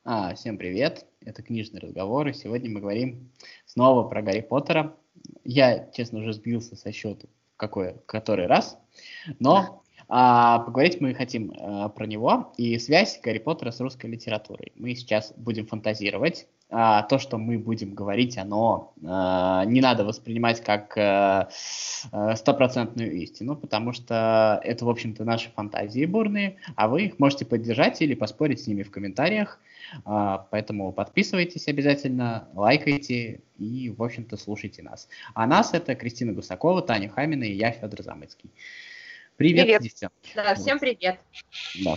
Всем привет, это «Книжный разговор», и сегодня мы говорим снова про Гарри Поттера. Я, честно, уже сбился со счету который раз, но поговорить мы хотим про него и связь Гарри Поттера с русской литературой. Мы сейчас будем фантазировать. То, что мы будем говорить, оно не надо воспринимать как стопроцентную истину, потому что это, в общем-то, наши фантазии бурные, а вы их можете поддержать или поспорить с ними в комментариях. Поэтому подписывайтесь обязательно, лайкайте и, в общем-то, слушайте нас. А нас это Кристина Гусакова, Таня Хамина и я, Федор Замыцкий. Привет, девчонки. Да, всем привет. Да.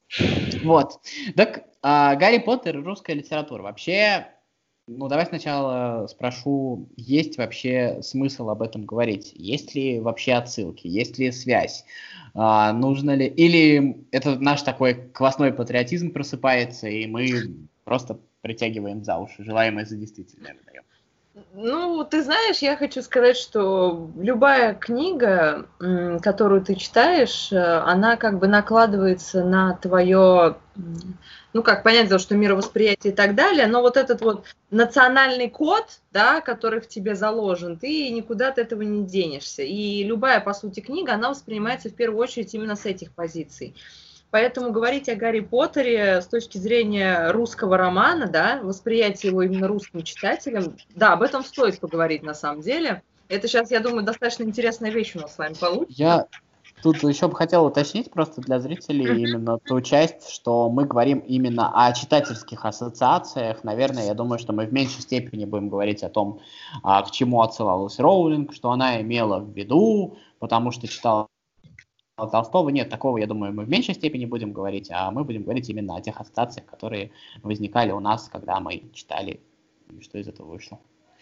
Вот. Так, Гарри Поттер и русская литература. Вообще, давай сначала спрошу, есть вообще смысл об этом говорить? Есть ли вообще отсылки? Есть ли связь? Нужно ли... Или это наш такой квасной патриотизм просыпается, и мы просто притягиваем за уши, желаемое за действительное выдаем? Ну, ты знаешь, я хочу сказать, что любая книга, которую ты читаешь, она как бы накладывается на твое, понятно, что мировосприятие и так далее, но вот этот вот национальный код, да, который в тебе заложен, ты никуда от этого не денешься. И любая, по сути, книга, она воспринимается в первую очередь именно с этих позиций. Поэтому говорить о Гарри Поттере с точки зрения русского романа, да, восприятие его именно русским читателем, да, об этом стоит поговорить на самом деле. Это сейчас, я думаю, достаточно интересная вещь у нас с вами получится. Я тут еще бы хотел уточнить просто для зрителей именно ту часть, что мы говорим именно о читательских ассоциациях. Наверное, я думаю, что мы в меньшей степени будем говорить о том, к чему отсылалась Роулинг, что она имела в виду, потому что читала Толстого. Нет, такого, я думаю, мы в меньшей степени будем говорить, а мы будем говорить именно о тех ассоциациях, которые возникали у нас, когда мы читали, и что из этого вышло.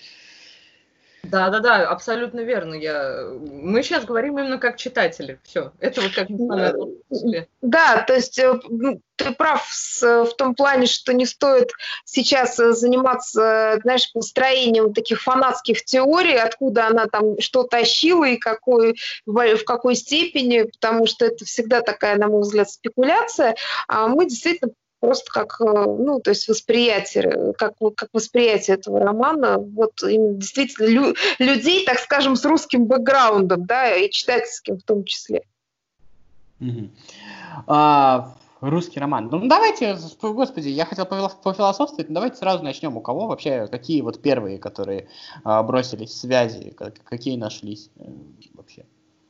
Да, абсолютно верно. Мы сейчас говорим именно как читатели. Все, это вот как мы с вами. Да, то есть ты прав в том плане, что не стоит сейчас заниматься, знаешь, построением таких фанатских теорий, откуда она там что тащила и в какой степени, потому что это всегда такая, на мой взгляд, спекуляция. А мы действительно просто как, то есть восприятие, как восприятие этого романа, вот именно действительно людей, так скажем, с русским бэкграундом, да, и читательским в том числе. Русский роман. Давайте, господи, я хотел пофилософствовать, но давайте сразу начнем. У кого вообще, какие вот первые, которые бросились в связи, какие нашлись вообще?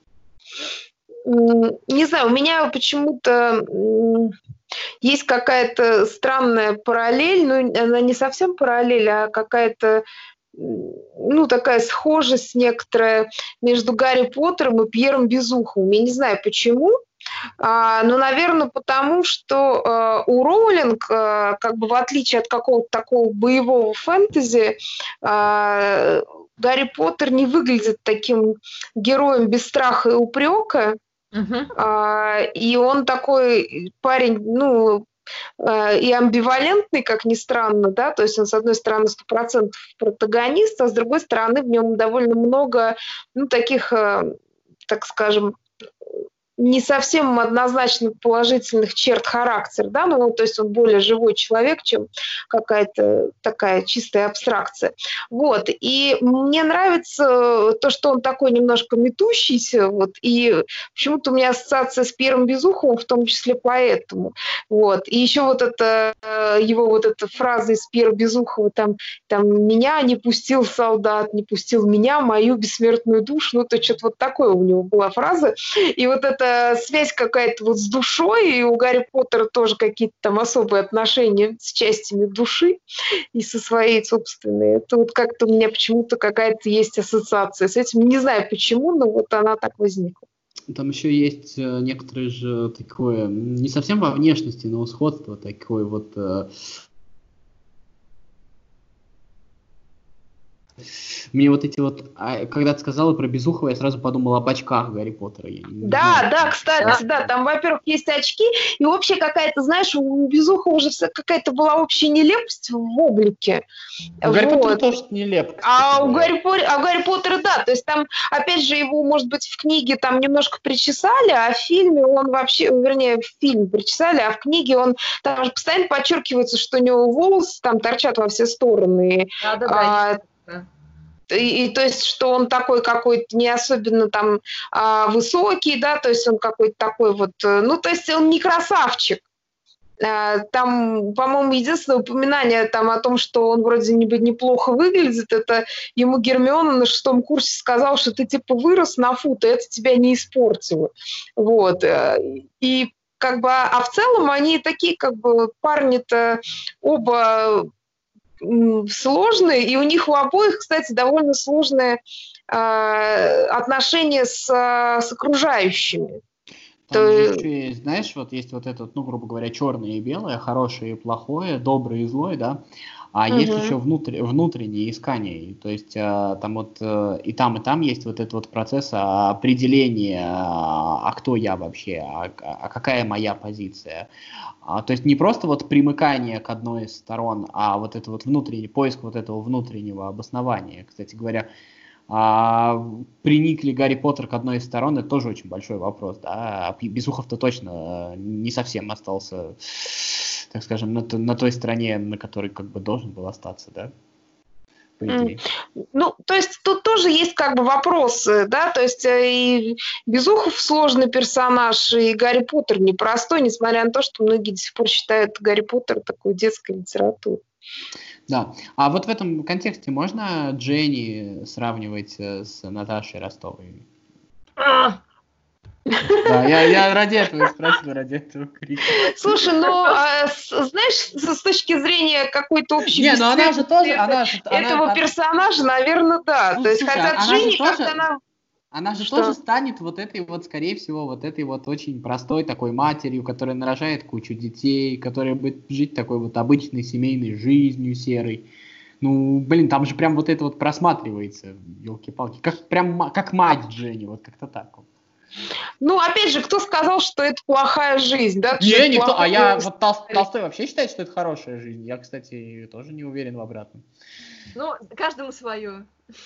Не знаю, у меня почему-то есть какая-то странная параллель, но она не совсем параллель, а какая-то такая схожесть некоторая между Гарри Поттером и Пьером Безуховым. Я не знаю почему, но, наверное, потому что у Роулинг, как бы в отличие от какого-то такого боевого фэнтези, Гарри Поттер не выглядит таким героем без страха и упрека. И он такой парень, и амбивалентный, как ни странно, да, то есть он, с одной стороны, 100% протагонист, а с другой стороны, в нем довольно много, таких, так скажем, не совсем однозначно положительных черт характера, да, то есть он более живой человек, чем какая-то такая чистая абстракция. Вот, и мне нравится то, что он такой немножко метущийся, вот, и почему-то у меня ассоциация с Пьером Безуховым, в том числе поэтому, вот, и еще вот это, его вот эта фраза из Пьера Безухова, там «меня не пустил солдат, не пустил меня, мою бессмертную душу», то что-то вот такое у него была фраза, и вот это связь какая-то вот с душой, и у Гарри Поттера тоже какие-то там особые отношения с частями души и со своей собственной. Это вот как-то у меня почему-то какая-то есть ассоциация с этим. Не знаю почему, но вот она так возникла. Там еще есть некоторые же такое, не совсем во внешности, но сходство такое вот мне вот эти вот, когда ты сказала про Безухова, я сразу подумал об очках Гарри Поттера. Да, кстати, да, там, во-первых, есть очки, и вообще какая-то, знаешь, у Безухова уже какая-то была общая нелепость в облике. У Гарри Поттера тоже нелепо. А у Гарри Поттера, да, то есть там, опять же, его, может быть, в книге там немножко причесали, а в фильме он вообще, вернее, в фильме причесали, а в книге он, там же постоянно подчеркивается, что у него волосы там торчат во все стороны. И то есть, что он такой какой-то не особенно там высокий, да, то есть он какой-то такой вот, ну, то есть он не красавчик. Там, по-моему, единственное упоминание там о том, что он вроде неплохо выглядит, это ему Гермиона на 6 курсе сказал, что ты типа вырос на фут, и это тебя не испортило. Вот. И как бы, а в целом они такие как бы парни-то оба сложные, и у них у обоих, кстати, довольно сложные отношения с окружающими. Там еще есть, знаешь, вот есть вот это, ну, грубо говоря, черное и белое, хорошее и плохое, доброе и злое, да, а есть еще внутренние искания, то есть там вот и там есть вот этот вот процесс определения, а кто я вообще, а какая моя позиция. То есть не просто вот примыкание к одной из сторон, а вот это вот внутренний поиск вот этого внутреннего обоснования. Кстати говоря, приник ли Гарри Поттер к одной из сторон, это тоже очень большой вопрос, да. Безухов-то точно не совсем остался, так скажем, на той стороне, на которой как бы должен был остаться, да. Ну, то есть тут тоже есть как бы вопросы, да, то есть и Безухов сложный персонаж, и Гарри Поттер непростой, несмотря на то, что многие до сих пор считают Гарри Поттер такой детской литературой. Да, а вот в этом контексте можно Дженни сравнивать с Наташей Ростовой? Да, я ради этого спросил, ради этого крика. Слушай, ну, знаешь, с точки зрения какой-то общей не, но она же тоже, этого персонажа, наверное, да. Ну, то есть, слушай, хотя Дженни как-то она же тоже станет вот этой вот, скорее всего, вот этой вот очень простой такой матерью, которая нарожает кучу детей, которая будет жить такой вот обычной семейной жизнью серой. Ну, блин, там же прям вот это вот просматривается, елки-палки, как мать Дженни, вот как-то так вот. Ну, опять же, кто сказал, что это плохая жизнь, да? Не, никто, вот Толстой вообще считает, что это хорошая жизнь. Я, кстати, тоже не уверен в обратном. Ну, каждому свое.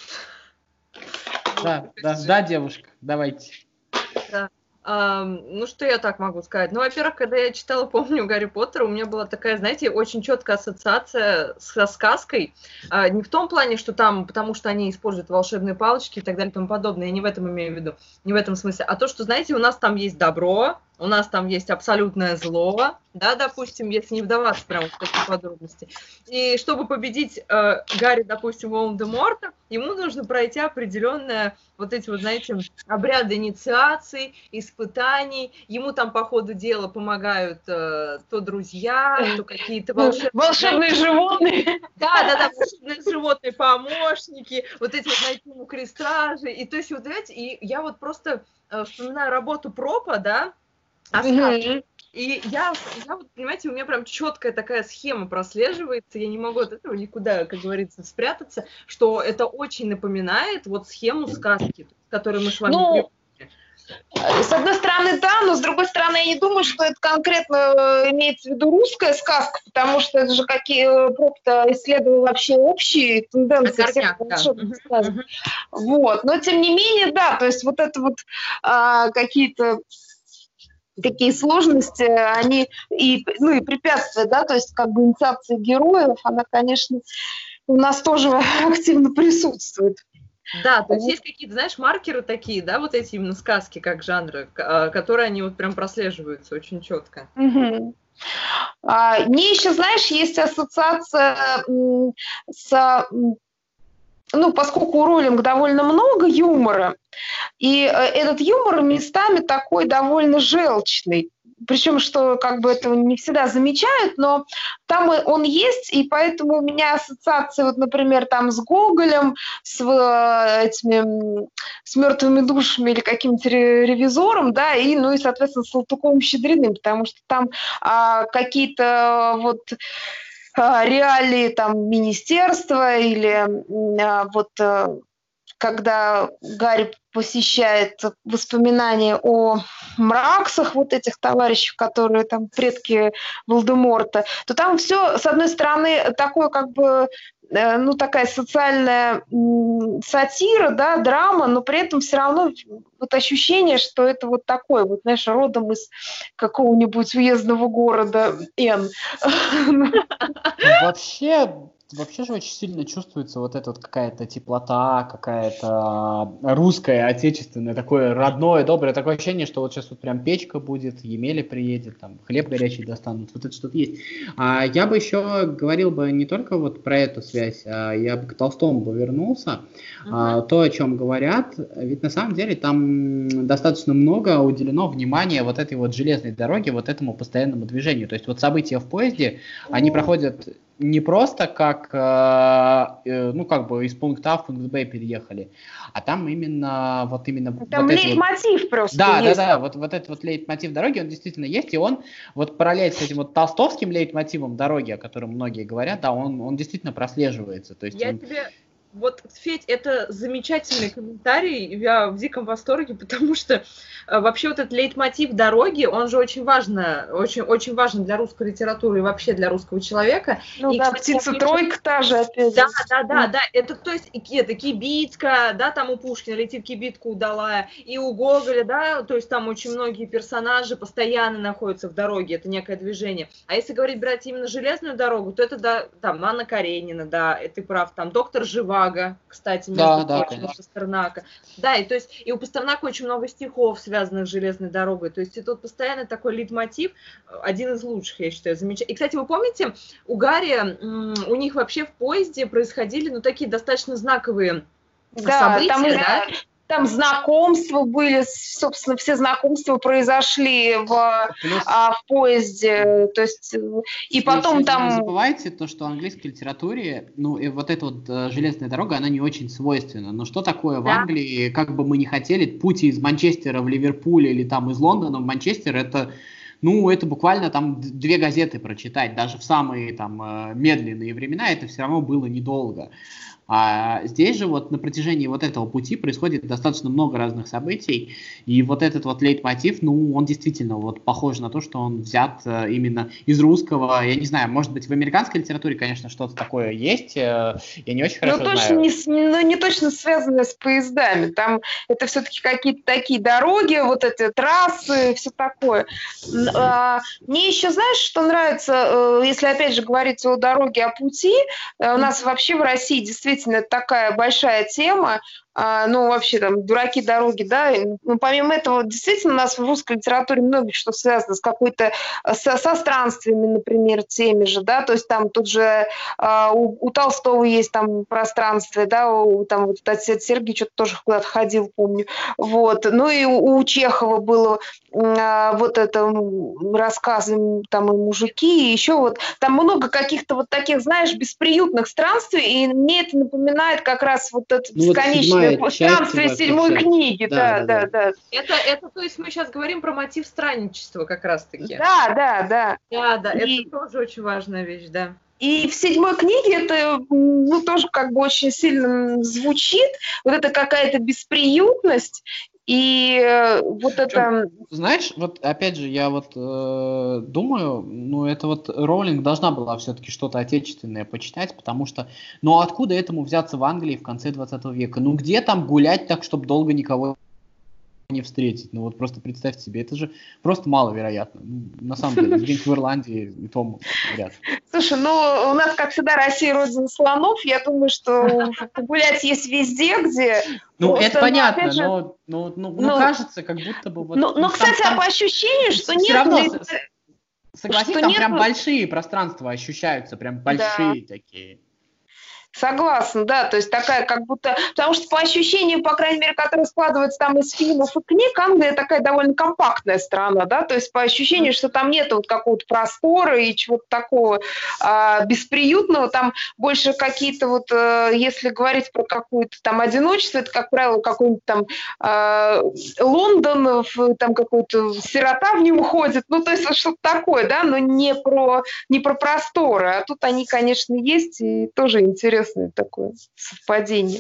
Да, девушка, давайте. Да. Ну, что я так могу сказать? Ну, во-первых, когда я читала, помню, Гарри Поттера, у меня была такая, знаете, очень четкая ассоциация со сказкой. Не в том плане, что там, потому что они используют волшебные палочки и так далее и тому подобное. Я не в этом имею в виду, не в этом смысле. А то, что, знаете, у нас там есть добро, у нас там есть абсолютное зло, да, допустим, если не вдаваться прямо в такие подробности. И чтобы победить Гарри, допустим, Волан-де-Морта, ему нужно пройти определенные вот эти вот, знаете, обряды инициации, испытаний. Ему там по ходу дела помогают то друзья, то какие-то волшебные животные. Да, волшебные животные, помощники, вот эти вот найти ему крестражи. И то есть вот, знаете, и я вот просто вспоминаю работу Пропа, да, и я вот, понимаете, у меня прям четкая такая схема прослеживается, я не могу от этого никуда, как говорится, спрятаться, что это очень напоминает вот схему сказки, которую мы с вами привыкли. С одной стороны, да, но с другой стороны, я не думаю, что это конкретно имеется в виду русская сказка, потому что это же Проп-то исследовал вообще общие тенденции всех волшебных сказок. Вот, но тем не менее, да, то есть вот это вот какие-то такие сложности, они и препятствия, да, то есть как бы инициация героев, она, конечно, у нас тоже активно присутствует. Да, то есть есть какие-то, знаешь, маркеры такие, да, вот эти именно сказки как жанры, которые они вот прям прослеживаются очень четко. Мне еще, знаешь, есть ассоциация с... Ну, поскольку у Роулинг довольно много юмора, и этот юмор местами такой довольно желчный. Причем, что как бы этого не всегда замечают, но там он есть, и поэтому у меня ассоциация, вот, например, там с Гоголем, с мертвыми душами или каким-то ревизором, да, и, ну и, соответственно, с Салтыковым-Щедриным, потому что там какие-то вот реалии там министерства или когда Гарри посещает воспоминания о Мраксах, вот этих товарищей, которые там предки Волдеморта, то там все, с одной стороны, такое как бы такая социальная сатира, да, драма, но при этом все равно вот ощущение, что это вот такое, вот, знаешь, родом из какого-нибудь уездного города Н. Вообще же очень сильно чувствуется вот эта вот какая-то теплота, какая-то русская, отечественная, такое родное, доброе, такое ощущение, что вот сейчас вот прям печка будет, Емеля приедет, там хлеб горячий достанут, вот это что-то есть. А я бы еще говорил бы не только вот про эту связь, а я бы к Толстому бы вернулся. То, о чем говорят, ведь на самом деле там достаточно много уделено внимания вот этой вот железной дороге, вот этому постоянному движению. То есть вот события в поезде, они проходят не просто как, как бы из пункта А в пункт Б переехали, а там именно там вот лейтмотив вот, просто есть. Да, вот этот вот лейтмотив дороги, он действительно есть, и он вот параллель с этим вот толстовским лейтмотивом дороги, о котором многие говорят, да, он действительно прослеживается. То есть Вот, Федь, это замечательный комментарий, я в диком восторге, потому что вообще вот этот лейтмотив дороги, он же очень важен для русской литературы и вообще для русского человека. Ну и, да, кстати, птица-тройка та же опять. Да, это то есть это кибитка, да, там у Пушкина летит кибитка удалая, и у Гоголя, да, то есть там очень многие персонажи постоянно находятся в дороге, это некое движение. А если брать именно железную дорогу, то это, да, там, Анна Каренина, да, ты прав, там, доктор Живаго, кстати, между прочим, у Пастернака. Да, и то есть и у Пастернака очень много стихов, связанных с железной дорогой. То есть и тут постоянно такой лейтмотив, один из лучших, я считаю, замечательный. И, кстати, вы помните, у Гарри, у них вообще в поезде происходили, такие достаточно знаковые события, Там знакомства были, собственно, все знакомства произошли в поезде, то есть, и потом там... Не забывайте то, что в английской литературе, и вот эта вот железная дорога, она не очень свойственна. Но что такое в Англии, как бы мы ни хотели, путь из Манчестера в Ливерпуль или там из Лондона в Манчестер, это буквально там 2 газеты прочитать, даже в самые там медленные времена это все равно было недолго. А здесь же вот на протяжении вот этого пути происходит достаточно много разных событий, и вот этот вот лейтмотив, он действительно вот похож на то, что он взят именно из русского, я не знаю, может быть в американской литературе, конечно, что-то такое есть, я не очень хорошо знаю. Не точно связанное с поездами, там это все-таки какие-то такие дороги, вот эти трассы, все такое. Мне еще, знаешь, что нравится, если опять же говорить о дороге, о пути, у нас вообще в России действительно это такая большая тема, вообще там дураки дороги, да, помимо этого, действительно, у нас в русской литературе много что связано с какой-то, со странствиями, например, теми же, да, то есть там тут же у Толстого есть там пространствие, да, там вот отец Сергий что-то тоже куда-то ходил, помню, вот, и у Чехова было вот это рассказы, там и мужики, и еще вот, там много каких-то вот таких, знаешь, бесприютных странствий, и мне это напоминает как раз вот это бесконечное странствие 7-й книги, да. Это, то есть мы сейчас говорим про мотив странничества как раз-таки. Да. Да, это тоже очень важная вещь, да. И в 7-й книге это тоже как бы очень сильно звучит, вот это какая-то бесприютность, и вот это... Знаешь, вот опять же, я вот думаю, это вот Роулинг должна была все-таки что-то отечественное почитать, потому что, откуда этому взяться в Англии в конце 20 века? Где там гулять так, чтобы долго никого не встретить? Вот просто представьте себе, это же просто маловероятно. На самом деле, где-нибудь в Ирландии и том вряд ли. Слушай, у нас, как всегда, Россия родина слонов. Я думаю, что погулять есть везде, где... это понятно, но кажется, как будто бы... кстати, по ощущению, что нет... Все равно, согласись, там прям большие пространства ощущаются, прям большие такие. Согласна, да, то есть такая как будто... Потому что по ощущениям, по крайней мере, которые складываются там из фильмов и книг, Англия такая довольно компактная страна, да, то есть по ощущению, что там нет вот какого-то простора и чего-то такого бесприютного, там больше какие-то вот, если говорить про какое-то там одиночество, это, как правило, какой-нибудь там Лондон, там какой-то сирота в нем ходит, ну, то есть вот что-то такое, да, но не про просторы, а тут они, конечно, есть, и тоже интересно такое совпадение.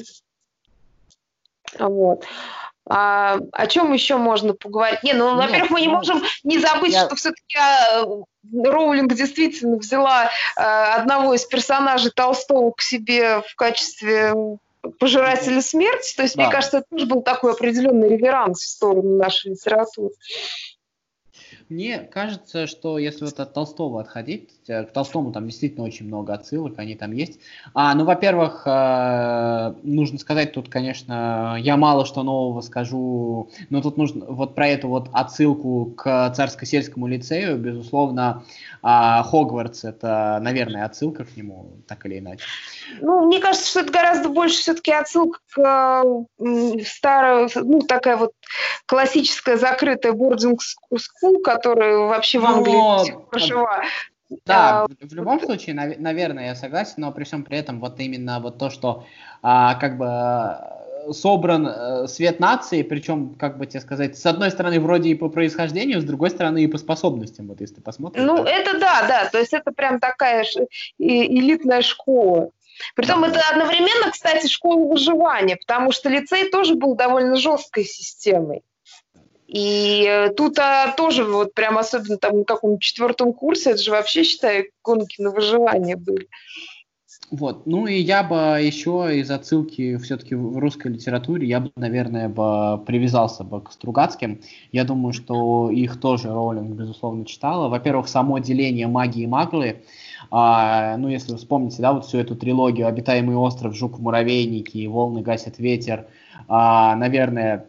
Вот. О чем еще можно поговорить? Во-первых, мы не можем не забыть, что все-таки Роулинг действительно взяла одного из персонажей Толстого к себе в качестве пожирателя смерти. То есть, мне кажется, это тоже был такой определенный реверанс в сторону нашей литературы. Мне кажется, что если вот от Толстого отходить, к Толстому там действительно очень много отсылок, они там есть. Во-первых, нужно сказать, тут, конечно, я мало что нового скажу, но тут нужно вот про эту вот отсылку к Царско-сельскому лицею, безусловно, Хогвартс — это, наверное, отсылка к нему, так или иначе. Мне кажется, что это гораздо больше все-таки отсылка к старой, такая вот классическая закрытая boarding school, которая вообще в Англии жива. Да, в любом случае, наверное, я согласен, но при всем при этом вот именно вот то, что как бы собран свет нации, причем, как бы тебе сказать, с одной стороны вроде и по происхождению, с другой стороны и по способностям, вот если ты посмотришь. Это да, то есть это прям такая элитная школа. Притом это одновременно, кстати, школа выживания, потому что лицей тоже был довольно жесткой системой. И тут тоже вот прям особенно там на каком-то 4 курсе, это же вообще, считаю, гонки на выживание были. Вот, и я бы еще из отсылки все-таки в русской литературе, я бы, наверное, привязался бы к Стругацким. Я думаю, что их тоже Роулинг, безусловно, читала. Во-первых, само деление магии и маглы. Если вы вспомните, да, вот всю эту трилогию «Обитаемый остров», «Жук-муравейники» и «Волны гасят ветер», наверное,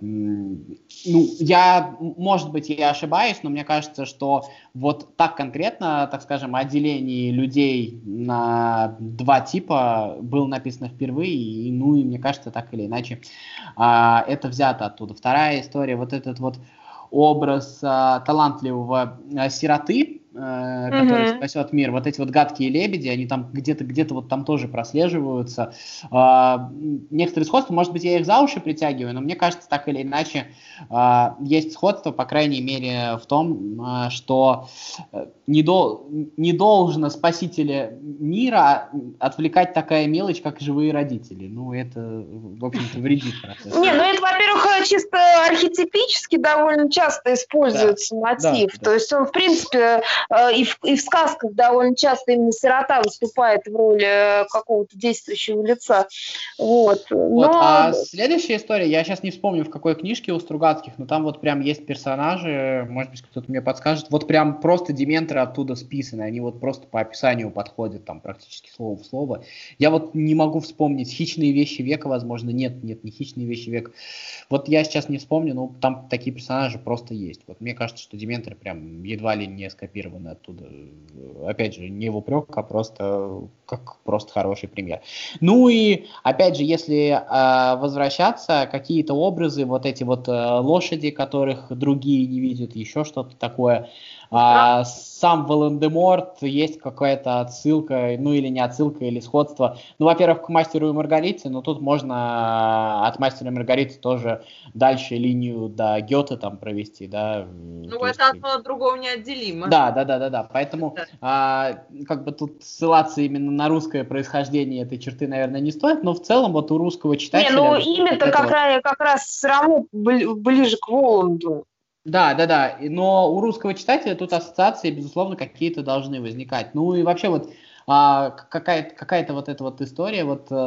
может быть, я ошибаюсь, но мне кажется, что вот так конкретно, так скажем, о делении людей на 2 типа было написано впервые, и мне кажется, так или иначе, это взято оттуда. Вторая история, вот этот вот образ талантливого сироты, который спасет мир, вот эти вот гадкие лебеди, они там где-то вот там тоже прослеживаются. Некоторые сходства, может быть, я их за уши притягиваю, но мне кажется, так или иначе, есть сходство, по крайней мере, в том, что не должно спасителя мира отвлекать такая мелочь, как живые родители. Это, в общем-то, вредит процессу. Это, во-первых, чисто архетипически довольно часто используется мотив. То есть он, в принципе, и в сказках довольно часто именно сирота выступает в роли какого-то действующего лица. А следующая история, я сейчас не вспомню, в какой книжке у Стругацких, но там вот прям есть персонажи, может быть, кто-то мне подскажет, вот прям просто дементоры оттуда списаны, они вот просто по описанию подходят там практически слово в слово. Я вот не могу вспомнить, «Хищные вещи века», возможно, нет, не «Хищные вещи века». Вот я сейчас не вспомню, но там такие персонажи просто есть. Вот мне кажется, что дементоры прям едва ли не скопированы оттуда. Опять же, не в упрек, а просто как просто хороший пример. И опять же, если возвращаться, какие-то образы, вот эти вот лошади, которых другие не видят, еще что-то такое. Сам Волан-де-Морт, есть какая-то отсылка, или не отсылка, или сходство. Во-первых, к «Мастеру и Маргарите», но тут можно от «Мастера и Маргариты» тоже дальше линию до Гёте там провести, да. Это одно от другого неотделимо. Да. Поэтому как бы тут ссылаться именно на русское происхождение этой черты, наверное, не стоит, но в целом вот у русского читателя... имя-то как раз все равно ближе к Воланду. Да, но у русского читателя тут ассоциации, безусловно, какие-то должны возникать. И вообще вот какая-то вот эта вот история,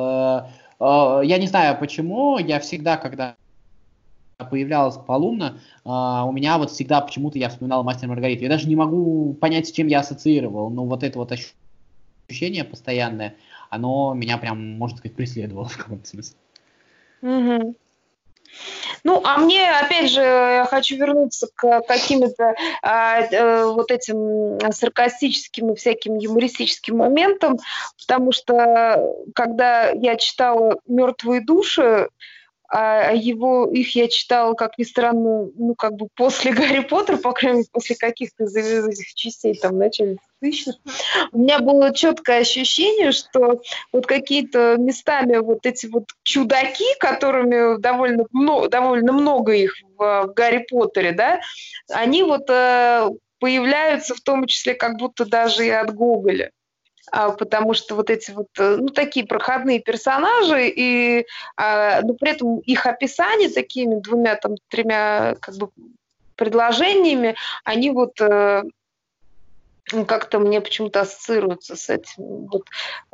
я не знаю почему, я всегда, когда появлялась Полумна, у меня вот всегда почему-то я вспоминал «Мастера и Маргариту». Я даже не могу понять, с чем я ассоциировал, но вот это вот ощущение постоянное, оно меня прям, можно сказать, преследовало в каком-то смысле. Ну, а мне, опять же, я хочу вернуться к каким-то вот этим саркастическим и всяким юмористическим моментам, потому что, когда я читала «Мертвые души», их я читала, как ни странно, ну, как бы после Гарри Поттера, по крайней мере, после каких-то из этих частей, там, в начале 2000-х, у меня было четкое ощущение, что вот какие-то местами вот эти вот чудаки, которыми довольно много их в Гарри Поттере, да, они вот появляются в том числе как будто даже и от Гоголя. Потому что вот эти вот, ну, такие проходные персонажи, и, но при этом их описание такими двумя, там, тремя, как бы, предложениями, они вот как-то мне почему-то ассоциируются с этим, вот,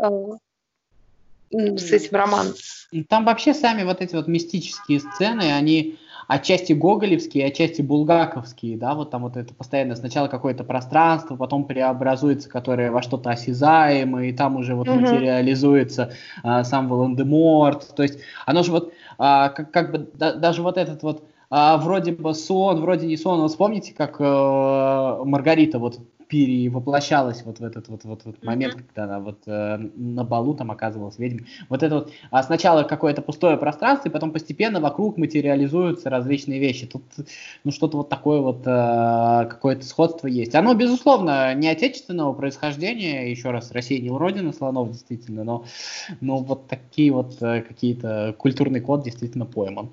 с этим романом. Там вообще сами вот эти вот мистические сцены, они отчасти гоголевские, отчасти булгаковские, да, вот там вот это постоянно сначала какое-то пространство, потом преобразуется, которое во что-то осязаемое, и там уже вот материализуется сам Волан-де-Морт, то есть оно же вот как бы даже вот этот вот вроде бы сон, вроде не сон, вот вспомните, как Маргарита вот перевоплощалась вот в этот вот момент, когда она вот на балу там оказывалась ведьмой. Вот это вот сначала какое-то пустое пространство, и потом постепенно вокруг материализуются различные вещи. Тут ну что-то вот такое вот какое-то сходство есть. Оно, безусловно, не отечественного происхождения, еще раз, Россия не уродина слонов, действительно, но вот такие вот какие-то культурный код действительно пойман.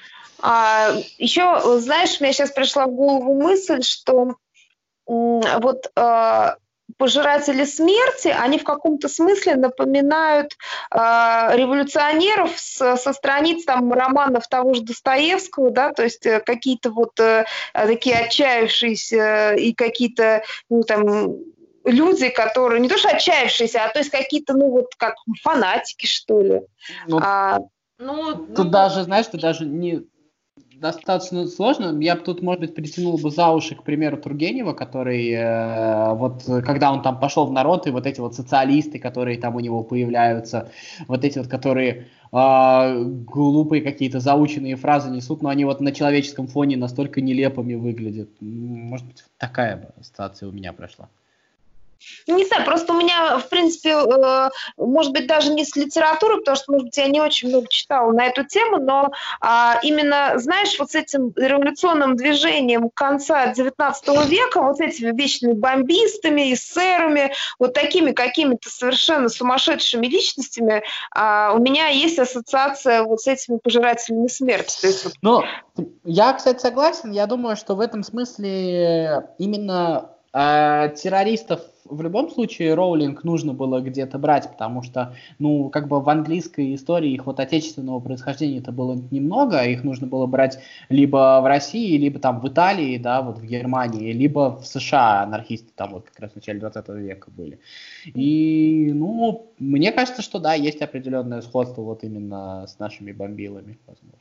Еще, знаешь, мне сейчас пришла в голову мысль, что вот пожиратели смерти, они в каком-то смысле напоминают революционеров со страниц там романов того же Достоевского, да, то есть какие-то вот такие отчаявшиеся и какие-то, ну, там, люди, которые не то что отчаявшиеся, а то есть какие-то, ну, вот как фанатики, что ли. Тут даже, знаешь, ты даже не... Достаточно сложно. Я бы тут, может быть, притянул бы за уши, к примеру, Тургенева, который вот когда он там пошел в народ, и вот эти вот социалисты, которые там у него появляются, вот эти вот, которые глупые какие-то заученные фразы несут, но они вот на человеческом фоне настолько нелепыми выглядят. Может быть, такая ситуация у меня прошла. Не знаю, просто у меня, в принципе, может быть, даже не с литературой, потому что, может быть, я не очень много читала на эту тему, но именно, знаешь, вот с этим революционным движением конца XIX века, вот этими вечными бомбистами, эсерами, вот такими какими-то совершенно сумасшедшими личностями, у меня есть ассоциация вот с этими пожирателями смерти. То есть, вот... Ну, я, кстати, согласен. Я думаю, что в этом смысле именно террористов в любом случае Роулинг нужно было где-то брать, потому что, ну, как бы в английской истории их вот отечественного происхождения-то было немного, их нужно было брать либо в России, либо там в Италии, да, вот в Германии, либо в США анархисты там вот как раз в начале 20 века были. И, ну, мне кажется, что да, есть определенное сходство вот именно с нашими бомбилами, возможно.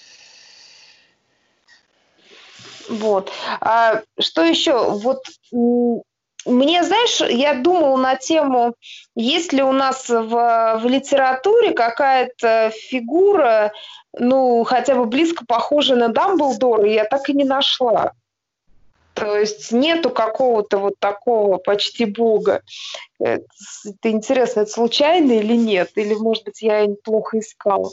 Вот. Что еще? Вот мне, знаешь, я думала на тему, есть ли у нас в литературе какая-то фигура, ну, хотя бы близко похожая на Дамблдора, и я так и не нашла. То есть нету какого-то вот такого почти бога. Это интересно, это случайно или нет? Или, может быть, я плохо искала?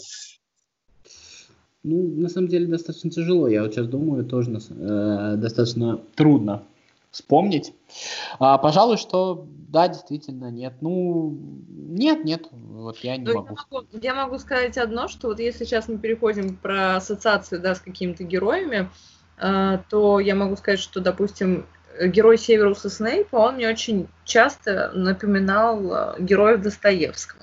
Ну, на самом деле, достаточно тяжело. Я вот сейчас думаю, тоже достаточно трудно вспомнить. Пожалуй, что да, действительно, нет. Ну, нет, вот я не могу. Я могу сказать одно, что вот если сейчас мы переходим про ассоциацию, да, с какими-то героями, то я могу сказать, что, допустим, герой Северуса Снейпа, он мне очень часто напоминал героев Достоевского.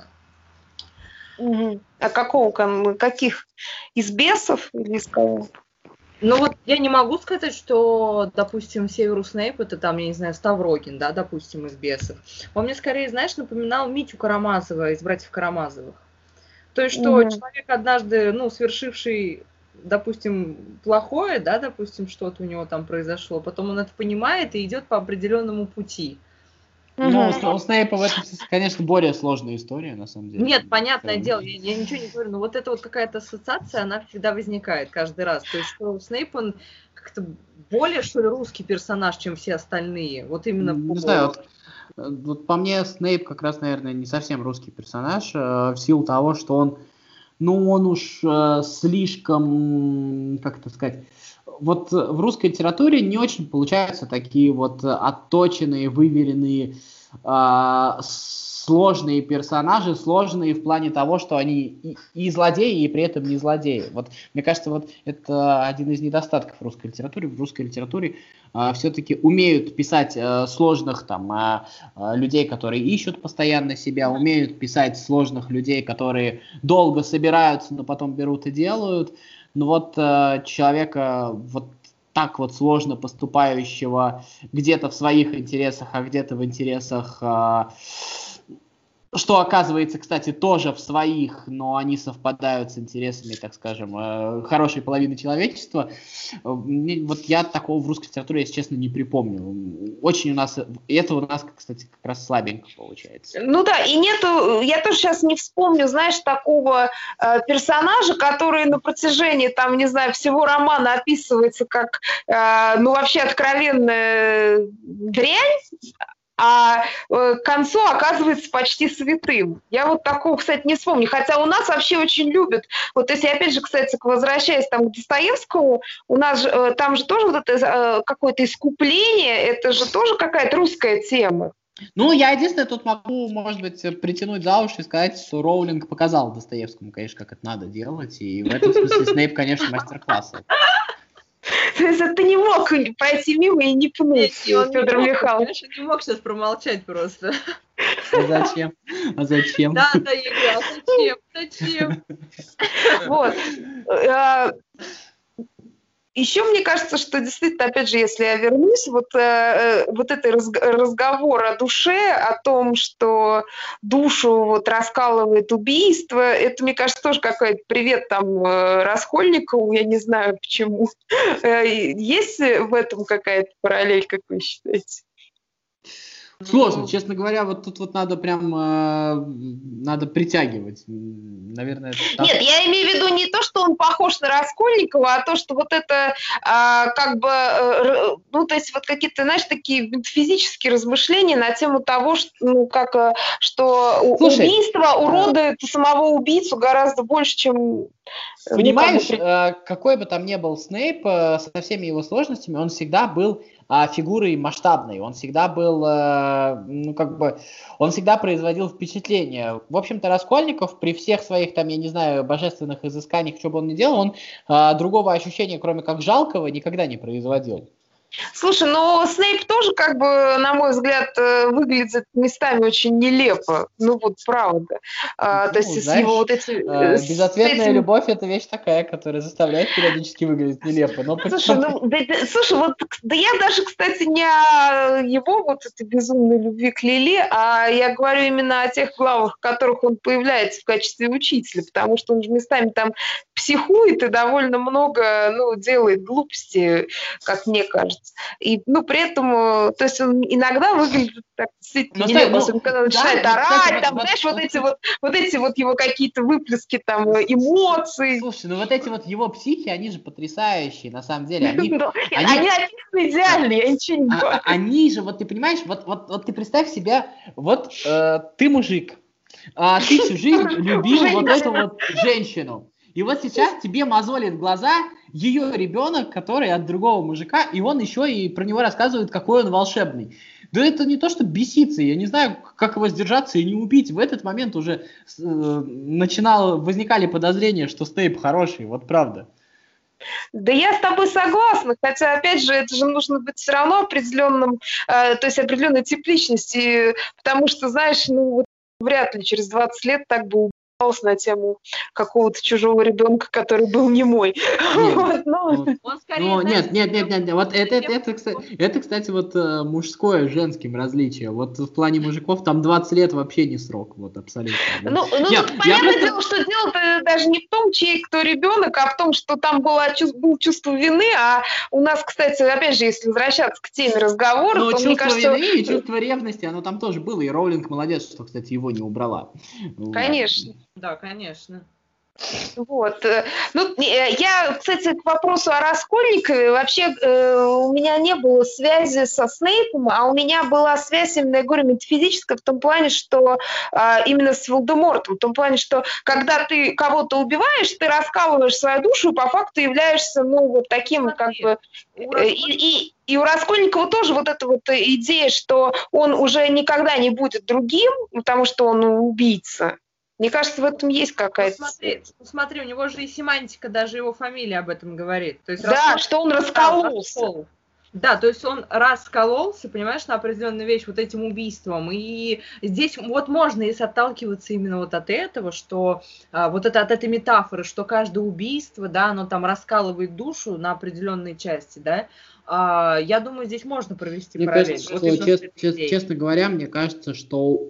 А каких? Из бесов или из кого? Ну вот я не могу сказать, что, допустим, Северус Снейп это там, я не знаю, Ставрогин, да, допустим, из бесов. Он мне скорее, знаешь, напоминал Митю Карамазова из «Братьев Карамазовых». То есть, что человек однажды, ну, совершивший, допустим, плохое, да, допустим, что-то у него там произошло, потом он это понимает и идет по определенному пути. Ну, у Снейпа в этом, конечно, более сложная история, на самом деле. Нет, понятное дело, я ничего не говорю, но вот эта вот какая-то ассоциация, она всегда возникает каждый раз. То есть, что Снейп, он как-то более, что ли, русский персонаж, чем все остальные. Вот именно Не знаю, вот по мне Снейп как раз, наверное, не совсем русский персонаж, в силу того, что он, ну, он уж слишком, как это сказать, вот в русской литературе не очень получаются такие вот отточенные, выверенные, сложные персонажи, сложные в плане того, что они и злодеи, и при этом не злодеи. Вот, мне кажется, вот это один из недостатков русской литературы. В русской литературе все-таки умеют писать сложных там людей, которые ищут постоянно себя, умеют писать сложных людей, которые долго собираются, но потом берут и делают. Но вот человека вот так вот сложно поступающего где-то в своих интересах, а где-то в интересах, что оказывается, кстати, тоже в своих, но они совпадают с интересами, так скажем, хорошей половины человечества. Вот я такого в русской литературе, если честно, не припомню. Очень у нас, это у нас, кстати, как раз слабенько получается. Ну да, и нету, я тоже сейчас не вспомню, знаешь, такого персонажа, который на протяжении, там, не знаю, всего романа описывается как, ну, вообще откровенная дрянь, а к концу оказывается почти святым. Я вот такого, кстати, не вспомню. Хотя у нас вообще очень любят. Вот если, опять же, кстати, возвращаясь там к Достоевскому, у нас же, там же тоже вот это какое-то искупление, это же тоже какая-то русская тема. Ну, я единственное тут могу, может быть, притянуть за уши и сказать, что Роулинг показал Достоевскому, конечно, как это надо делать, и в этом смысле Снейп, конечно, мастер-класс. То есть ты не мог пройти мимо и не пнуть Федор Михайлович. Я не мог сейчас промолчать просто. А зачем? Да, Игорь, а зачем? Вот. Еще мне кажется, что действительно, опять же, если я вернусь, вот этот разговор о душе, о том, что душу вот раскалывает убийство, это, мне кажется, тоже какой-то привет там Раскольникову, я не знаю почему. Есть в этом какая-то параллель, как вы считаете? Сложно, честно говоря, вот тут вот надо прям надо притягивать, наверное. Так. Нет, я имею в виду не то, что он похож на Раскольникова, а то, что вот это как бы, ну, то есть вот какие-то, знаешь, такие физические размышления на тему того, что, ну, как, что убийство уродует самого убийцу гораздо больше, чем... Понимаешь, какой бы там ни был Снейп, со всеми его сложностями, он всегда был фигурой масштабной, он всегда был, ну, как бы, он всегда производил впечатление. В общем-то, Раскольников при всех своих, там, я не знаю, божественных изысканиях, что бы он ни делал, он другого ощущения, кроме как жалкого, никогда не производил. Слушай, но Снейп тоже, как бы, на мой взгляд, выглядит местами очень нелепо. Ну, вот правда. То есть, знаешь, с его вот эти... безответная любовь – это вещь такая, которая заставляет периодически выглядеть нелепо. Но слушай, вот да я даже, кстати, не о его вот этой безумной любви к Лили, а я говорю именно о тех главах, в которых он появляется в качестве учителя, потому что он же местами там психует и довольно много, ну, делает глупости, как мне кажется. И, ну, при этом, то есть он иногда выглядит так действительно нелепо, особенно когда он начинает орать, там, знаешь, вот эти вот его какие-то выплески там эмоций. Слушай, ну вот эти вот его психи, они же потрясающие, на самом деле. Они написаны идеальные, я ничего не говорю. Они же, вот ты понимаешь, вот ты представь себя, вот ты мужик, ты всю жизнь любил вот эту вот женщину. И вот сейчас тебе мозолит глаза ее ребенок, который от другого мужика, и он еще и про него рассказывает, какой он волшебный. Да это не то, что беситься, я не знаю, как его сдержаться и не убить. В этот момент уже возникали подозрения, что Снейп хороший, вот правда. Да я с тобой согласна, хотя, опять же, это же нужно быть все равно определенным, то есть определенный тип личности, потому что, знаешь, ну, вот вряд ли через 20 лет так бы на тему какого-то чужого ребенка, который был немой. Нет. Вот это, кстати, вот мужское женским различие. Вот в плане мужиков там 20 лет вообще не срок, вот абсолютно. Понятное дело, что дело-то даже не в том, чей кто ребенок, а в том, что там было чувство вины, а у нас, кстати, опять же, если возвращаться к теме разговора, то, мне кажется... вины и чувство ревности, оно там тоже было, и Роулинг молодец, что, кстати, его не убрала. Конечно. Да, конечно. Вот. Я, кстати, к вопросу о Раскольникове, вообще у меня не было связи со Снейпом, а у меня была связь именно, я говорю, метафизическая в том плане, что именно с Волдемортом, в том плане, что когда ты кого-то убиваешь, ты раскалываешь свою душу и по факту являешься, вот таким, как бы... И у Раскольникова тоже вот эта вот идея, что он уже никогда не будет другим, потому что он убийца. Мне кажется, в этом есть какая-то... Смотри, у него же и семантика, даже его фамилия об этом говорит. То есть что он раскололся. Да, то есть он раскололся, понимаешь, на определенную вещь вот этим убийством. И здесь вот можно, если отталкиваться именно вот от этого, что от этой метафоры, что каждое убийство, да, оно там раскалывает душу на определенные части, да, я думаю, здесь можно провести параллель. Честно говоря, мне кажется, что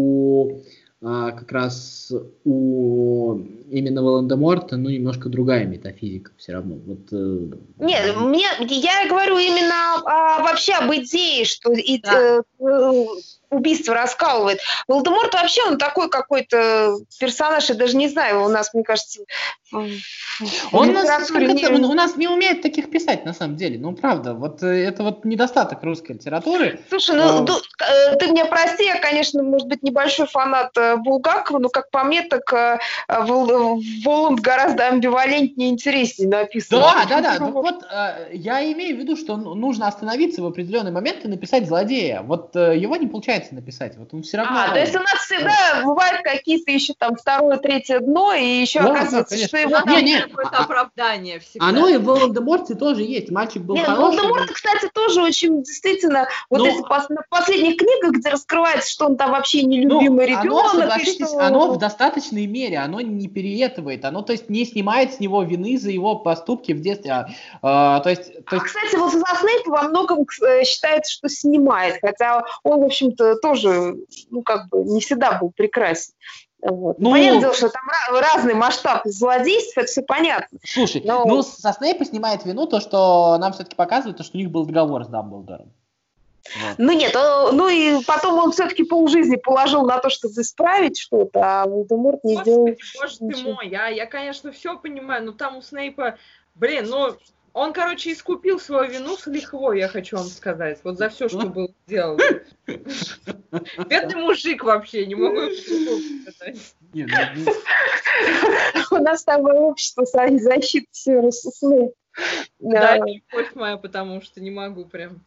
как раз у именно Волан-де-Морта, немножко другая метафизика все равно. Нет, я говорю именно вообще об идее, что убийство раскалывает. Волан-де-Морт вообще, он такой какой-то персонаж, я даже не знаю, у нас, мне кажется... У нас не умеет таких писать, на самом деле. Правда, это недостаток русской литературы. Слушай, ты меня прости, я, конечно, может быть, небольшой фанат Булгакова, но, как по мне, так Воланд гораздо амбивалентнее и интереснее написан. Да. Я имею в виду, что нужно остановиться в определенный момент и написать злодея. Его не получается написать. Он все равно... то есть у нас всегда бывают какие-то еще там второе, третье дно, и еще оказывается, что его там... какое-то оправдание всегда. Оно и в Волан-де-Морте тоже есть. Мальчик был хороший. Волан-де-Морт, кстати, тоже очень действительно... если на последних книгах, где раскрывается, что он там вообще нелюбимый ребенок... Оно в достаточной мере, оно не переетывает, оно, то есть, не снимает с него вины за его поступки в детстве. Кстати, вот за Снейпа во многом считается, что снимает, хотя он, в общем-то, тоже, не всегда был прекрасен. Понятное дело, что там разный масштаб злодейств, это все понятно. Слушай, со Снейпа снимает вину то, что нам все-таки показывает, что у них был договор с Дамблдором. И потом он все-таки полжизни положил на то, чтобы исправить что-то, а Волдеморт не сделал. Боже ты мой, я, конечно, все понимаю, но там у Снейпа, он, искупил свою вину с лихвой, я хочу вам сказать, за все, что было сделано. Бедный мужик вообще, не могу его сказать. У нас с тобой общество защиты Сириуса Снейпа. Да, любовь моя, потому что не могу прям.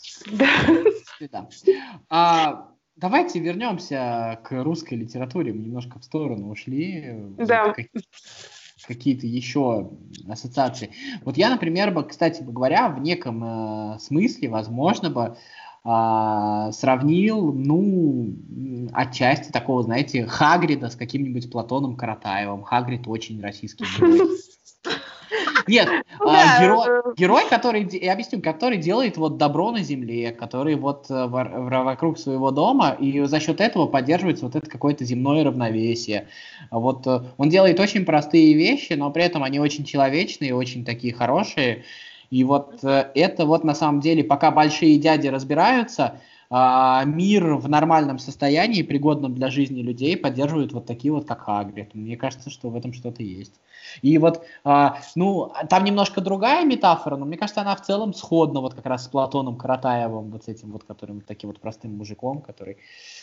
Давайте вернемся к русской литературе. Мы немножко в сторону ушли. Да. Какие-то еще ассоциации. Я, например, кстати говоря, в неком смысле, возможно, бы сравнил, отчасти такого, знаете, Хагрида с каким-нибудь Платоном Каратаевым. Хагрид очень российский герой. Нет, герой, я объясню, который делает добро на земле, который вокруг своего дома, и за счет этого поддерживается это какое-то земное равновесие. Он делает очень простые вещи, но при этом они очень человечные, очень такие хорошие. И это на самом деле, пока большие дяди разбираются, мир в нормальном состоянии, пригодном для жизни людей, поддерживают такие как Хагрид. Мне кажется, что в этом что-то есть. И там немножко другая метафора, но мне кажется, она в целом сходна как раз с Платоном Каратаевым, с этим которым таким простым мужиком, который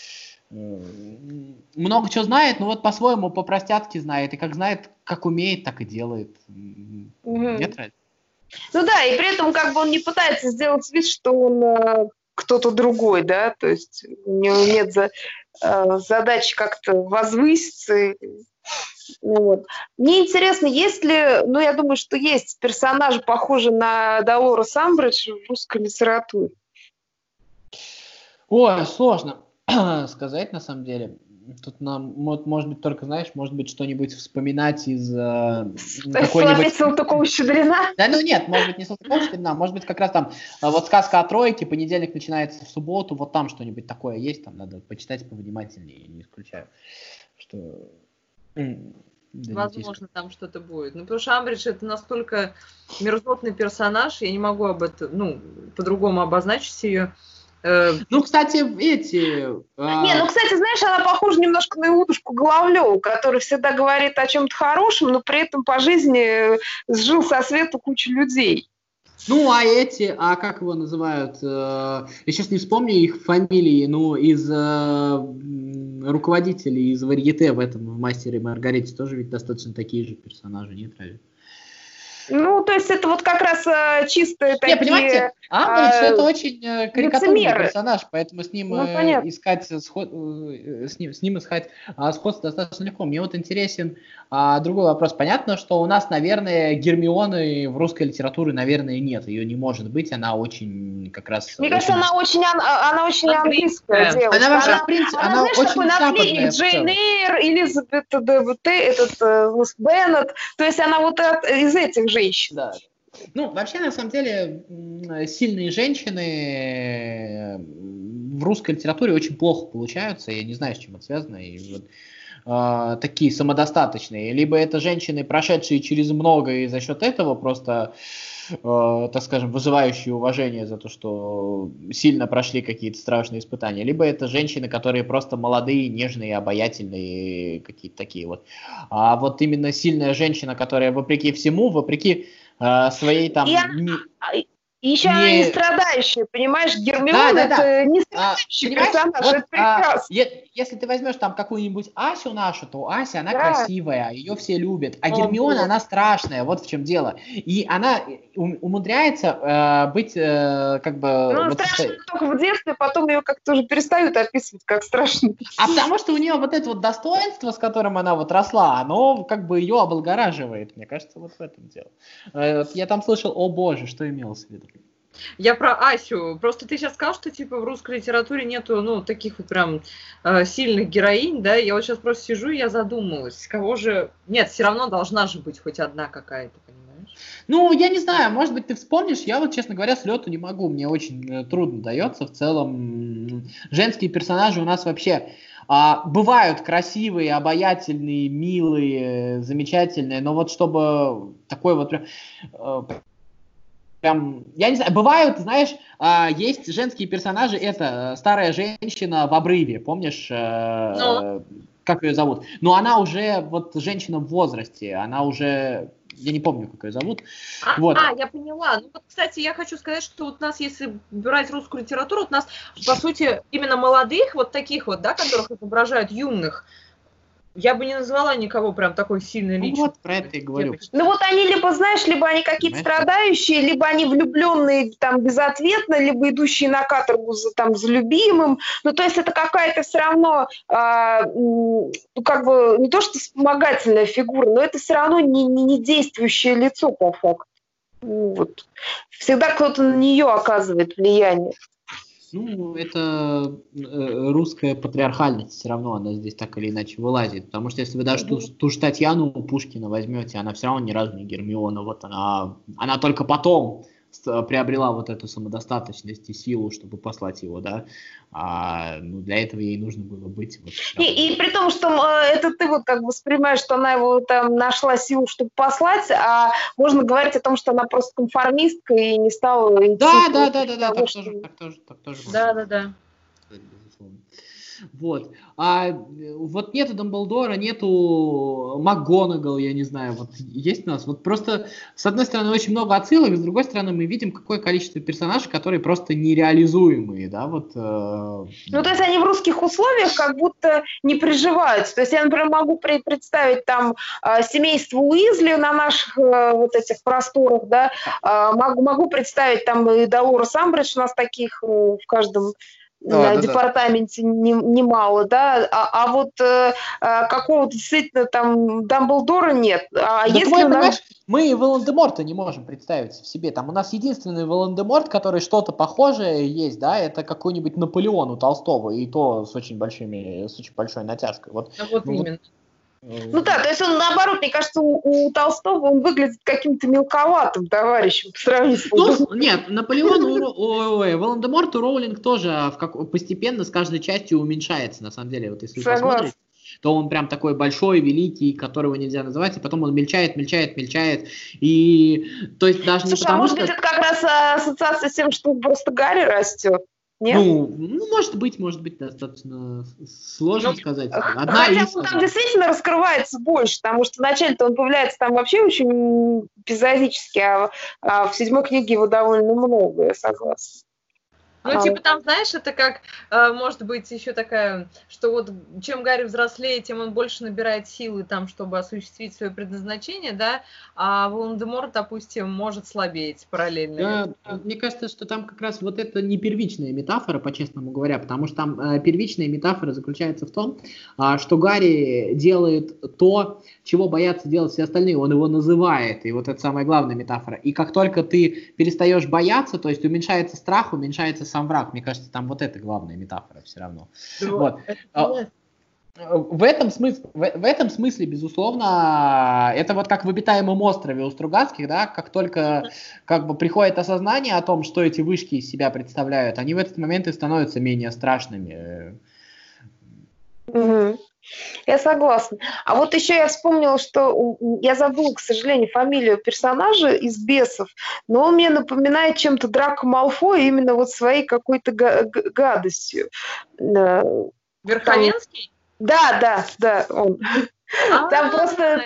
много чего знает, но по-своему по-простяцки знает, и как знает, как умеет, так и делает. Нет разницы? И при этом он не пытается сделать вид, что он кто-то другой, да, то есть у него нет задачи как-то возвыситься. Мне интересно, есть ли, я думаю, что есть персонажи, похожие на Долорес Амбридж в русской литературе. Ой, сложно сказать, на самом деле. Тут нам, может быть, только, знаешь, может быть, что-нибудь вспоминать из какой-нибудь... Салтыкова-Щедрина? Да, ну нет, может быть, не Салтыкова-Щедрина, может быть, как раз там вот сказка о тройке, понедельник начинается в субботу, вот там что-нибудь такое есть, там надо почитать повнимательнее, я не исключаю, что... Возможно, там что-то будет. Ну, потому что Амбридж это настолько мерзотный персонаж, я не могу об этом, по-другому обозначить ее. Ну, кстати, эти... Не, кстати, знаешь, она похожа немножко на Иудушку Головлеву, который всегда говорит о чем-то хорошем, но при этом по жизни сжил со свету кучу людей. Ну, а как его называют? Я сейчас не вспомню их фамилии, но из руководителей из варьете в «Мастере и Маргарите» тоже ведь достаточно такие же персонажи, нет, разве? Ну, то есть это вот как раз чистые такие... Понимаете, Амбридж это очень карикатурный персонаж, поэтому с ним искать сходство достаточно легко. Мне вот интересен другой вопрос. Понятно, что у нас, наверное, Гермионы в русской литературе, наверное, нет. Ее не может быть, она очень как раз... Мне кажется, она очень английская девушка. Она вообще, в принципе, она очень западная. Джейн Эйр, Элизабет Беннет, то есть она вот из этих женщин. Да. Ну, вообще, на самом деле, сильные женщины в русской литературе очень плохо получаются. Я не знаю, с чем это связано. И вот, такие самодостаточные. Либо это женщины, прошедшие через многое, и за счет этого просто, так скажем, вызывающие уважение за то, что сильно прошли какие-то страшные испытания. Либо это женщины, которые просто молодые, нежные, обаятельные, какие-то такие вот. А вот именно сильная женщина, которая вопреки всему, вопреки своей там... Еще она не страдающая, понимаешь? Гермиона это не страдающий персонаж, вот, это прекрасно. Если ты возьмешь там какую-нибудь Асю нашу, то Ася, она красивая, ее все любят, а Гермиона, она страшная, вот в чем дело. И она умудряется быть как бы... Ну, вот страшная только в детстве, потом ее как-то уже перестают описывать как страшную. А потому что у нее вот это вот достоинство, с которым она вот росла, оно как бы ее облагораживает. Мне кажется, вот в этом дело. Я там слышал, о боже, что имелось в виду. Я про Асю. Просто ты сейчас сказал, что типа в русской литературе нету, таких вот прям сильных героинь, да? Я вот сейчас просто сижу и я задумалась, кого же... Нет, все равно должна же быть хоть одна какая-то, понимаешь? Ну, я не знаю, может быть, ты вспомнишь, я вот, честно говоря, с лету не могу, мне очень трудно дается в целом. Женские персонажи у нас вообще... бывают красивые, обаятельные, милые, замечательные, но вот чтобы такой вот прям, я не знаю, бывают, знаешь, есть женские персонажи, это старая женщина в обрыве, помнишь, как ее зовут? Но она уже, вот женщина в возрасте, она уже, я не помню, как ее зовут. Я поняла. Ну вот, кстати, я хочу сказать, что вот у нас, если брать русскую литературу, вот у нас, по сути, именно молодых, вот таких вот, да, которых изображают юных, я бы не назвала никого прям такой сильной личностью. Вот про это и говорю. Ну вот они либо, знаешь, либо они какие-то страдающие, либо они влюбленные там безответно, либо идущие на каторгу за любимым. Ну то есть это какая-то все равно, как бы не то что вспомогательная фигура, но это все равно не действующее лицо по факту. Вот. Всегда кто-то на нее оказывает влияние. Ну, это русская патриархальность, все равно она здесь так или иначе вылазит. Потому что если вы даже ту же Татьяну Пушкина возьмете, она все равно ни разу не Гермиона. Вот она только потом приобрела вот эту самодостаточность и силу, чтобы послать его, да. Для этого ей нужно было быть. Вот, и при том, что это ты вот как бы воспринимаешь, что она его там нашла силу, чтобы послать, а можно говорить о том, что она просто конформистка и не стала... Да, так тоже. Да. Вот. Вот нету Дамблдора, нету МакГонагал, я не знаю, вот есть у нас. Вот просто, с одной стороны, очень много отсылок, с другой стороны, мы видим, какое количество персонажей, которые просто нереализуемые, да, вот. Ну, то есть они в русских условиях как будто не приживаются. То есть я, например, могу представить там семейство Уизли на наших вот этих просторах, да, могу представить там и Долорес Амбридж, у нас таких в каждом на департаменте немало, да, а вот какого-то действительно там Дамблдора нет. А да если у нас... Мы и Волан-де-Морта не можем представить в себе. Там у нас единственный Волан-де-Морт, который что-то похожее есть, да, это какой-нибудь Наполеон у Толстого, и то с очень большой натяжкой. Вот, вот именно. Ну да, то есть он наоборот, мне кажется, у Толстого он выглядит каким-то мелковатым товарищем по сравнению с Волан-де-Мортом. Нет, Наполеон, Волан-де-Морт у Роулинг тоже постепенно с каждой частью уменьшается, на самом деле. Вот если вы посмотрите, то он прям такой большой, великий, которого нельзя называть, и потом он мельчает, и то есть даже Слушай, не потому, а может быть, это как раз ассоциация с тем, что просто Гарри растет? Нет? Ну, может быть, достаточно сложно сказать. Хотя он там действительно раскрывается больше, потому что вначале-то он появляется там вообще очень эпизодически, а в 7 книге его довольно много, я согласна. Ну, типа там, знаешь, это как, может быть, еще такая, что вот чем Гарри взрослеет, тем он больше набирает силы там, чтобы осуществить свое предназначение, да, а Волан-де-Морт, допустим, может слабеть параллельно. Да, мне кажется, что там как раз вот это не первичная метафора, по-честному говоря, потому что там первичная метафора заключается в том, что Гарри делает то, чего боятся делать все остальные, он его называет, и вот это самая главная метафора. И как только ты перестаешь бояться, то есть уменьшается страх, уменьшается сам враг. Мне кажется, там вот это главная метафора все равно. Вот. В этом смысле, безусловно, это вот как в обитаемом острове у Стругацких, да, как только как бы приходит осознание о том, что эти вышки из себя представляют, они в этот момент и становятся менее страшными. Угу. Я согласна. А вот еще я вспомнила, что я забыла, к сожалению, фамилию персонажа из «Бесов», но он мне напоминает чем-то Драко Малфой именно вот своей какой-то гадостью. Верховенский? Да, он. Там просто...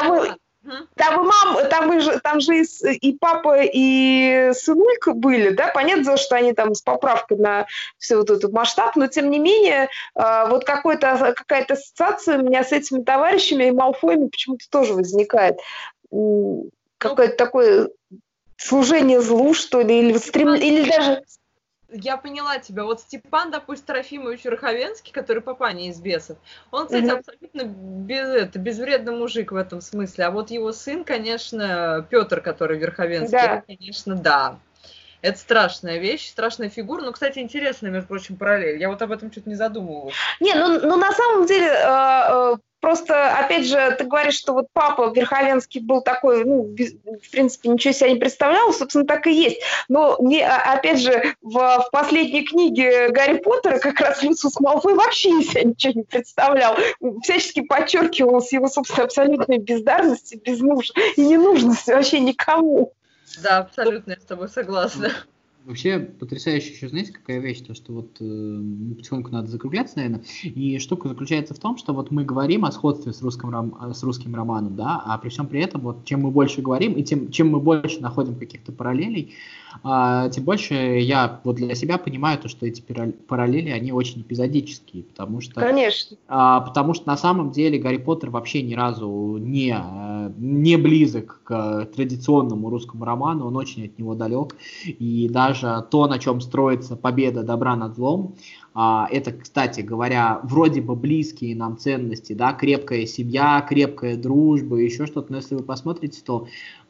Там же и папа, и сынулька были, да, понятно, что они там с поправкой на все вот этот масштаб, но тем не менее вот какая-то ассоциация у меня с этими товарищами и Малфоями почему-то тоже возникает. Какое-то такое служение злу, что ли, или даже... Я поняла тебя. Вот Степан, допустим, Трофимович Верховенский, который папаня из «Бесов», он, кстати, абсолютно безвредный мужик в этом смысле. А вот его сын, конечно, Петр, который Верховенский, да. Это, конечно, да. Это страшная вещь, страшная фигура. Но, кстати, интересная, между прочим, параллель. Я вот об этом чуть не задумывалась. Не, ну на самом деле... Просто, опять же, ты говоришь, что вот папа Верховенский был такой, в принципе, ничего себе не представлял, собственно, так и есть. Но, опять же, в последней книге Гарри Поттера как раз Люциус Малфой вообще из себя ничего не представлял. Всячески подчеркивалась его, собственно, абсолютная бездарность и безнужность, и ненужность вообще никому. Да, абсолютно, я с тобой согласна. Вообще потрясающе еще, знаете, какая вещь, то, что вот потихоньку надо закругляться, наверное, и штука заключается в том, что вот мы говорим о сходстве с русским романом, да, а при всем при этом, вот чем мы больше говорим, и чем мы больше находим каких-то параллелей, тем больше я вот для себя понимаю то, что эти параллели, они очень эпизодические, потому что... Конечно. Потому что на самом деле Гарри Поттер вообще ни разу не близок к традиционному русскому роману, он очень от него далек, и даже то, на чем строится победа добра над злом, это, кстати говоря, вроде бы близкие нам ценности, да, крепкая семья, крепкая дружба, еще что-то, но если вы посмотрите, то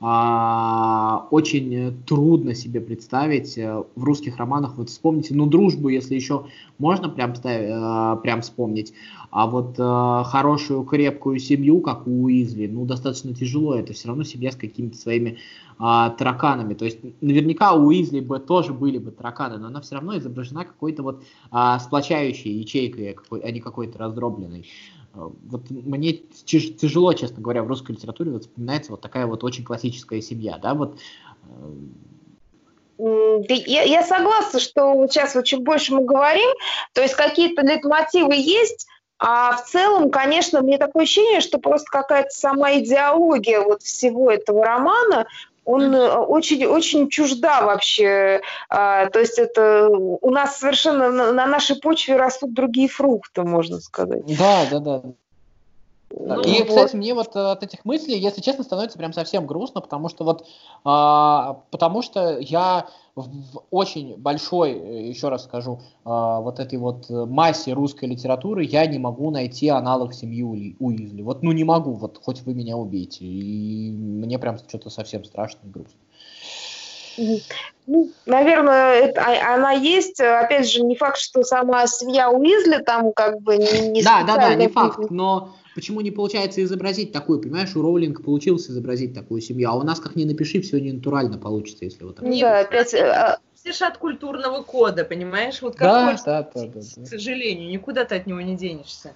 очень трудно себе представить в русских романах, вот вспомните, дружбу, если еще можно прям вспомнить, а вот хорошую крепкую семью, как у Уизли, достаточно тяжело, это все равно семья с какими-то своими тараканами, то есть наверняка у Уизли тоже были бы тараканы, но она все равно изображена какой-то вот сплочающей ячейкой, а не какой-то раздробленной. Вот мне тяжело, честно говоря, в русской литературе вот вспоминается вот такая вот очень классическая семья, да, вот. Я согласна, что сейчас вот чем больше мы говорим, то есть какие-то лейтмотивы есть, а в целом, конечно, мне такое ощущение, что просто какая-то сама идеология вот всего этого романа, он очень чужда вообще. То есть это у нас совершенно на нашей почве растут другие фрукты, можно сказать. Да. И, кстати, мне вот от этих мыслей, если честно, становится прям совсем грустно, потому что я в очень большой, еще раз скажу, вот этой вот массе русской литературы я не могу найти аналог семьи Уизли. Вот, ну не могу, вот хоть вы меня убейте. И мне прям что-то совсем страшно и грустно. Ну, наверное, она есть. Опять же, не факт, что сама семья Уизли там как бы не Да, не факт, но почему не получается изобразить такую, понимаешь, у Роулинг получилось изобразить такую семью, а у нас, как ни напиши, все не натурально получится, если вот так. Да, опять... от культурного кода, понимаешь? Вот как да. К сожалению, никуда ты от него не денешься.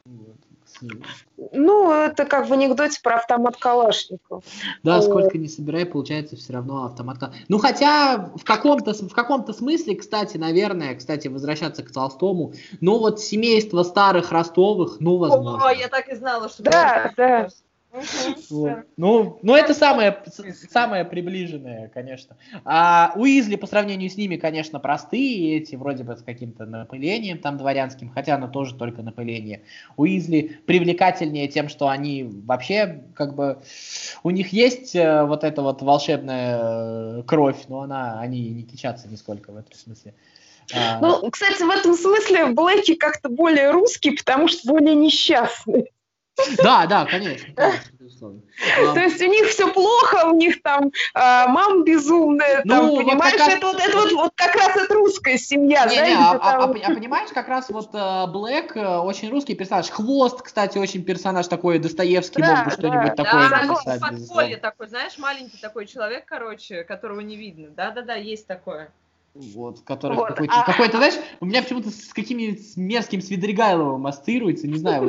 Ну, это как в анекдоте про автомат Калашникова. Да, сколько не собирай, получается все равно автомат. Ну, хотя в каком-то смысле, кстати, возвращаться к Толстому, ну вот семейство старых Ростовых, ну, возможно. О, я так и знала, что... Да. Вот. Ну, это самое приближенное, конечно. А Уизли по сравнению с ними, конечно, простые, эти вроде бы с каким-то напылением там дворянским, хотя оно тоже только напыление. Уизли привлекательнее тем, что они вообще, как бы, у них есть вот эта вот волшебная кровь, но они не кичатся нисколько в этом смысле. Ну, кстати, в этом смысле Блэки как-то более русские, потому что более несчастные. Да, конечно, безусловно. То есть у них все плохо, у них там мама безумная, там, понимаешь, это вот как раз это русская семья. Понимаешь, как раз вот Блэк очень русский персонаж. Хвост, кстати, очень персонаж такой, Достоевский мог бы что-нибудь такое написать. Подполье такой, знаешь, маленький такой человек, короче, которого не видно. Да, есть такое. Вот, который какой-то, знаешь, у меня почему-то с каким-нибудь мерзким Свидригайловым ассоциируется, не знаю.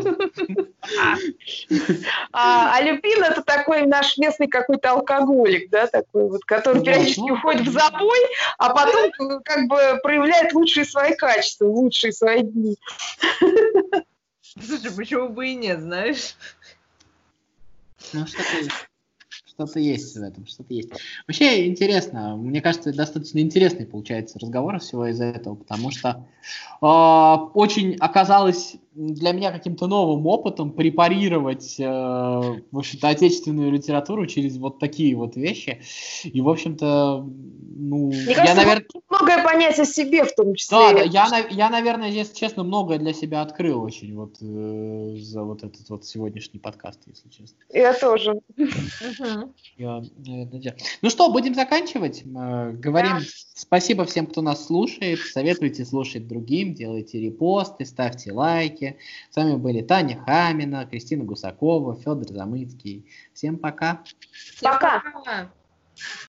А Люпин — это такой наш местный какой-то алкоголик, да, такой вот, который периодически уходит в забой, а потом как бы проявляет лучшие свои качества, лучшие свои дни. Слушай, почему бы и нет, знаешь? Ну, что-то есть в этом, что-то есть. Вообще интересно, мне кажется, достаточно интересный получается разговор всего из-за этого, потому что очень оказалось для меня каким-то новым опытом препарировать, в общем-то, отечественную литературу через вот такие вот вещи. И, в общем-то, ну... Мне кажется, наверное... многое понять о себе в том числе. Да, я, наверное, если честно, многое для себя открыл очень вот за вот этот вот сегодняшний подкаст, если честно. Я тоже. Ну что, будем заканчивать. Говорим спасибо всем, кто нас слушает. Советуйте слушать другим, делайте репосты, ставьте лайки. С вами были Таня Хамина, Кристина Гусакова, Федор Замыцкий. Всем пока. Пока.